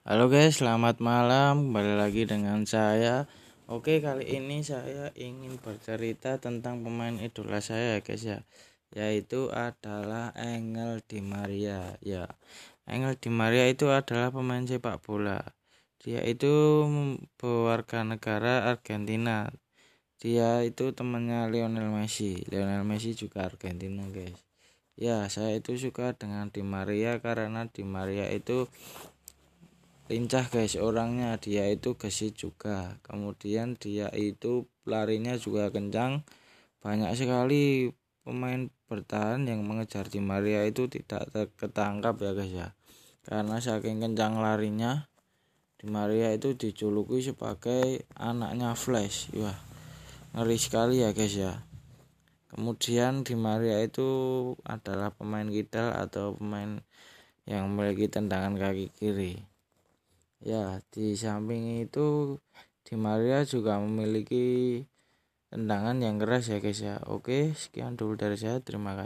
Halo guys, selamat malam. Kembali lagi dengan saya. Oke, kali ini saya ingin bercerita tentang pemain idola saya guys ya. Yaitu adalah Angel Di Maria. Ya, Angel Di Maria itu adalah pemain sepak bola. Dia itu berwarga negara Argentina. Dia itu temannya Lionel Messi. Lionel Messi juga Argentina guys. Ya, saya itu suka dengan Di Maria karena Di Maria itu lincah guys orangnya. Dia itu gesit juga, kemudian dia itu larinya juga kencang. Banyak sekali pemain bertahan yang mengejar Di Maria itu tidak ketangkap ya guys ya, karena saking kencang larinya. Di Maria itu dijuluki sebagai anaknya Flash. Wah, ngeri sekali ya guys ya. Kemudian Di Maria itu adalah pemain kidal atau pemain yang memiliki tendangan kaki kiri. Ya, di samping itu Di Maria juga memiliki tendangan yang keras ya guys ya. Oke, sekian dulu dari saya. Terima kasih.